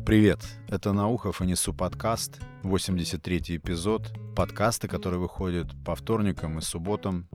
Привет, это Наухов и Несу подкаст, 83-й эпизод подкаста, который выходит по вторникам и субботам.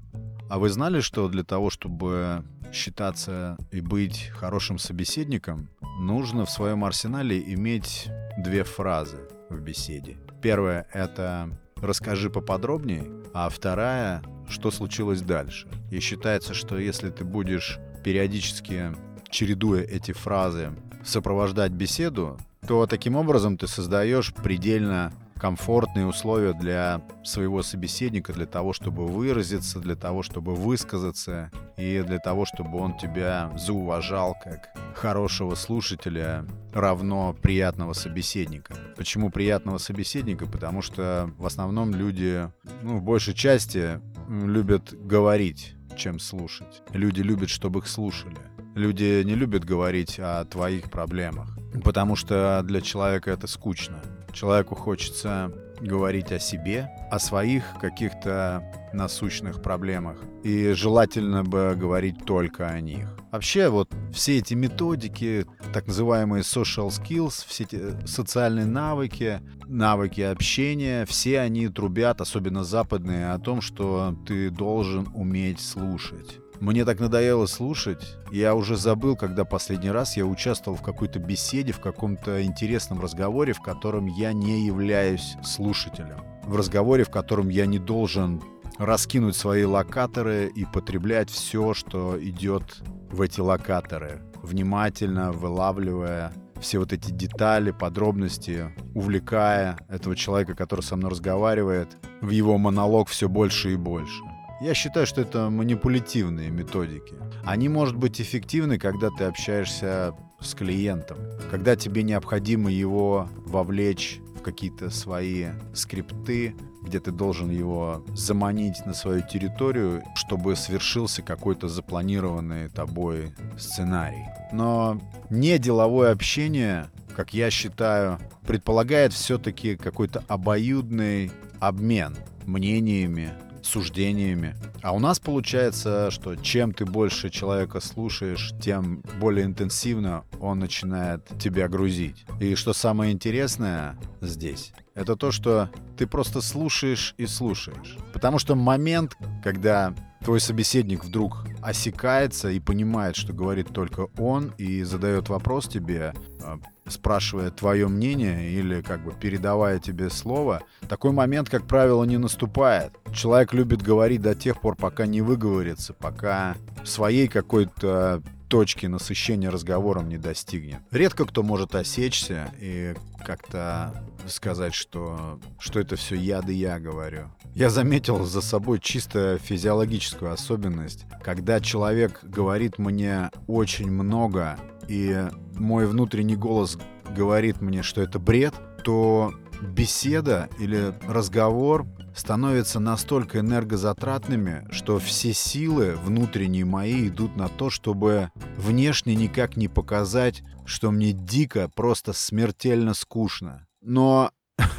А вы знали, что для того, чтобы считаться и быть хорошим собеседником, нужно в своем арсенале иметь две фразы в беседе? Первая — это «расскажи поподробнее», а вторая — «что случилось дальше?». И считается, что если ты будешь периодически, чередуя эти фразы, сопровождать беседу, то таким образом ты создаешь предельно комфортные условия для своего собеседника, для того, чтобы выразиться, для того, чтобы высказаться и для того, чтобы он тебя зауважал как хорошего слушателя, равно приятного собеседника. Почему приятного собеседника? Потому что в основном люди, в большей части, любят говорить, чем слушать. Люди любят, чтобы их слушали. Люди не любят говорить о твоих проблемах, потому что для человека это скучно. Человеку хочется говорить о себе, о своих каких-то насущных проблемах. И желательно бы говорить только о них. Вообще, все эти методики, так называемые social skills, все эти социальные навыки, навыки общения, все они трубят, особенно западные, о том, что ты должен уметь слушать. Мне так надоело слушать, я уже забыл, когда последний раз я участвовал в какой-то беседе, в каком-то интересном разговоре, в котором я не являюсь слушателем. В разговоре, в котором я не должен раскинуть свои локаторы и потреблять все, что идет в эти локаторы, внимательно вылавливая все эти детали, подробности, увлекая этого человека, который со мной разговаривает, в его монолог все больше и больше. Я считаю, что это манипулятивные методики. Они, может быть, эффективны, когда ты общаешься с клиентом, когда тебе необходимо его вовлечь в какие-то свои скрипты, где ты должен его заманить на свою территорию, чтобы свершился какой-то запланированный тобой сценарий. Но не деловое общение, как я считаю, предполагает все-таки какой-то обоюдный обмен мнениями, суждениями. А у нас получается, что чем ты больше человека слушаешь, тем более интенсивно он начинает тебя грузить. И что самое интересное здесь, это то, что ты просто слушаешь и слушаешь. Потому что момент, когда твой собеседник вдруг осекается и понимает, что говорит только он, и задает вопрос тебе, спрашивая твое мнение или передавая тебе слово, такой момент, как правило, не наступает. Человек любит говорить до тех пор, пока не выговорится, пока своей какой-то точки насыщения разговором не достигнет. Редко кто может осечься и как-то сказать, что это все я да я говорю. Я заметил за собой чисто физиологическую особенность. Когда человек говорит мне очень много, и мой внутренний голос говорит мне, что это бред, то беседа или разговор становятся настолько энергозатратными, что все силы внутренние мои идут на то, чтобы внешне никак не показать, что мне дико, просто смертельно скучно. Но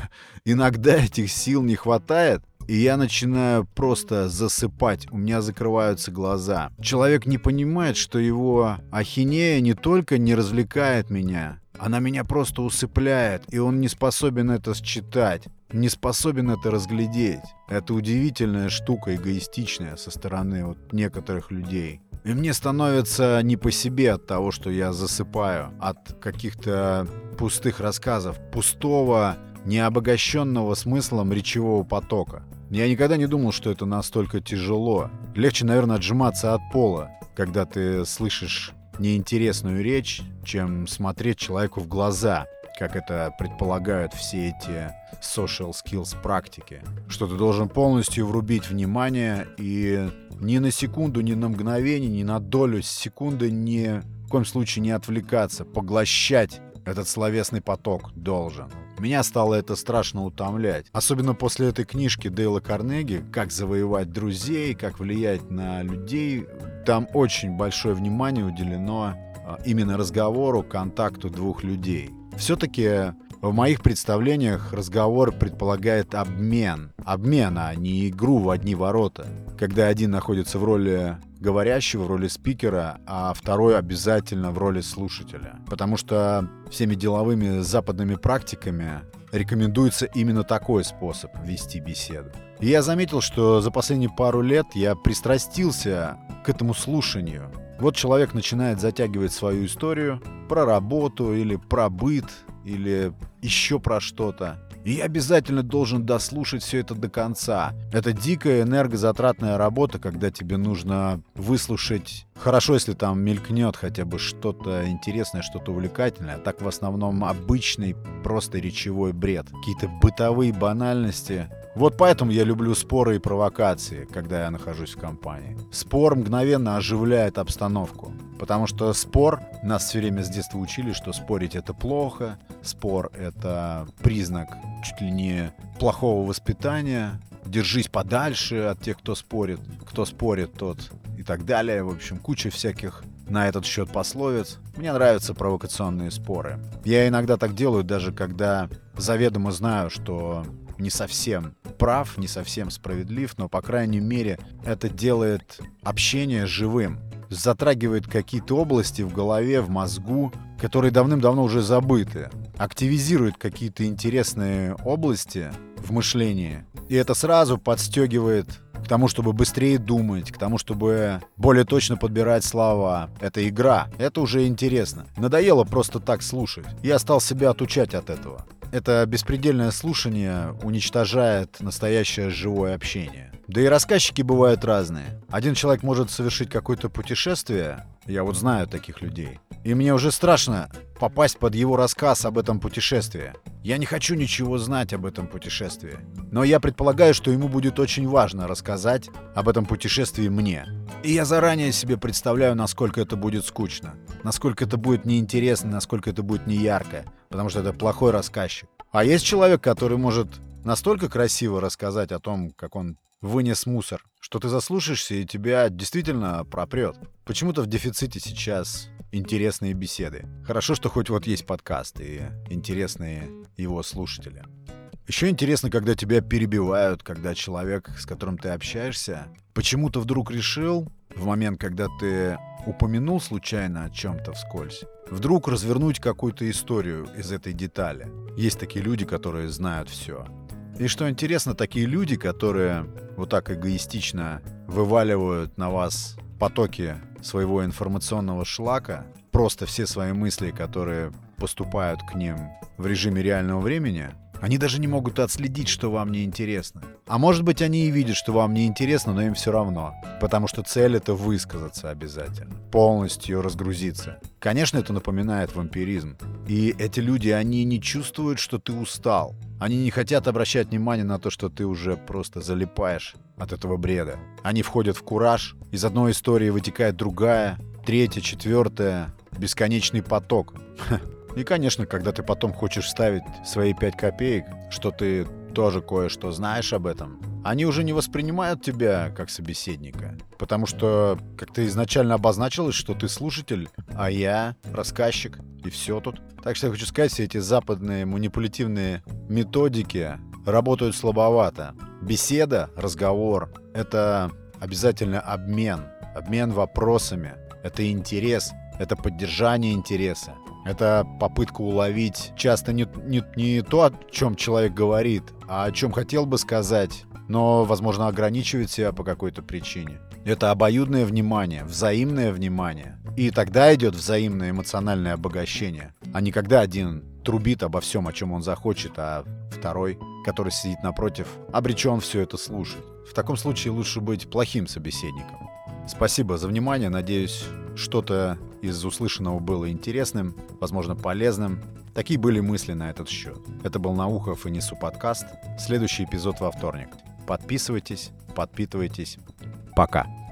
иногда этих сил не хватает, и я начинаю просто засыпать, у меня закрываются глаза. Человек не понимает, что его ахинея не только не развлекает меня, она меня просто усыпляет, и он не способен это считать, не способен это разглядеть. Это удивительная штука, эгоистичная со стороны некоторых людей. И мне становится не по себе от того, что я засыпаю, от каких-то пустых рассказов, пустого, необогащенного смыслом речевого потока. Я никогда не думал, что это настолько тяжело. Легче, наверное, отжиматься от пола, когда ты слышишь неинтересную речь, чем смотреть человеку в глаза, как это предполагают все эти social skills практики. Что ты должен полностью врубить внимание и ни на секунду, ни на мгновение, ни на долю секунды ни в коем случае не отвлекаться, поглощать этот словесный поток должен. Меня стало это страшно утомлять. Особенно после этой книжки Дейла Карнеги «Как завоевать друзей», «Как влиять на людей». Там очень большое внимание уделено именно разговору, контакту двух людей. Все-таки В моих представлениях разговор предполагает обмен. Обмен, а не игру в одни ворота. Когда один находится в роли говорящего, в роли спикера, а второй обязательно в роли слушателя. Потому что всеми деловыми западными практиками рекомендуется именно такой способ вести беседу. И я заметил, что за последние пару лет я пристрастился к этому слушанию. Вот человек начинает затягивать свою историю про работу или про быт, или еще про что-то. И я обязательно должен дослушать все это до конца. Это дикая энергозатратная работа, когда тебе нужно выслушать. Хорошо, если там мелькнет хотя бы что-то интересное, что-то увлекательное. А так в основном обычный, просто речевой бред. Какие-то бытовые банальности. Вот поэтому я люблю споры и провокации, когда я нахожусь в компании. Спор мгновенно оживляет обстановку. Потому что спор, нас все время с детства учили, что спорить это плохо, спор это признак чуть ли не плохого воспитания, держись подальше от тех, кто спорит, тот и так далее. В общем, куча всяких на этот счет пословиц. Мне нравятся провокационные споры. Я иногда так делаю, даже когда заведомо знаю, что не совсем прав, не совсем справедлив, но, по крайней мере, это делает общение живым. Затрагивает какие-то области в голове, в мозгу, которые давным-давно уже забыты. Активизирует какие-то интересные области в мышлении. И это сразу подстегивает к тому, чтобы быстрее думать, к тому, чтобы более точно подбирать слова. Это игра, это уже интересно. Надоело просто так слушать. Я стал себя отучать от этого. Это беспредельное слушание уничтожает настоящее живое общение. Да и рассказчики бывают разные. Один человек может совершить какое-то путешествие, я вот знаю таких людей, и мне уже страшно попасть под его рассказ об этом путешествии. Я не хочу ничего знать об этом путешествии, но я предполагаю, что ему будет очень важно рассказать об этом путешествии мне. И я заранее себе представляю, насколько это будет скучно, насколько это будет неинтересно, насколько это будет неярко, потому что это плохой рассказчик. А есть человек, который может настолько красиво рассказать о том, как он вынес мусор, что ты заслушаешься и тебя действительно пропрет. Почему-то в дефиците сейчас интересные беседы. Хорошо, что хоть вот есть подкаст и интересные его слушатели. Еще интересно, когда тебя перебивают, когда человек, с которым ты общаешься, почему-то вдруг решил, в момент, когда ты упомянул случайно о чем-то вскользь, вдруг развернуть какую-то историю из этой детали. Есть такие люди, которые знают все. И что интересно, такие люди, которые вот так эгоистично вываливают на вас потоки своего информационного шлака, просто все свои мысли, которые поступают к ним в режиме реального времени, они даже не могут отследить, что вам не интересно. А может быть, они и видят, что вам не интересно, но им все равно. Потому что цель — это высказаться обязательно. Полностью разгрузиться. Конечно, это напоминает вампиризм. И эти люди, они не чувствуют, что ты устал. Они не хотят обращать внимание на то, что ты уже просто залипаешь от этого бреда. Они входят в кураж. Из одной истории вытекает другая, третья, четвертая. Бесконечный поток. И, конечно, когда ты потом хочешь вставить свои 5 копеек, что ты тоже кое-что знаешь об этом, они уже не воспринимают тебя как собеседника. Потому что как-то изначально обозначилось, что ты слушатель, а я рассказчик, и все тут. Так что я хочу сказать, все эти западные манипулятивные методики работают слабовато. Беседа, разговор — это обязательно обмен. Обмен вопросами. Это интерес, это поддержание интереса. Это попытка уловить часто не то, о чем человек говорит, а о чем хотел бы сказать, но, возможно, ограничивает себя по какой-то причине. Это обоюдное внимание, взаимное внимание. И тогда идет взаимное эмоциональное обогащение, а не когда один трубит обо всем, о чем он захочет, а второй, который сидит напротив, обречен все это слушать. В таком случае лучше быть плохим собеседником. Спасибо за внимание. Надеюсь, что-то из услышанного было интересным, возможно, полезным. Такие были мысли на этот счет. Это был Наухов и Несу подкаст. Следующий эпизод во вторник. Подписывайтесь, подпитывайтесь. Пока.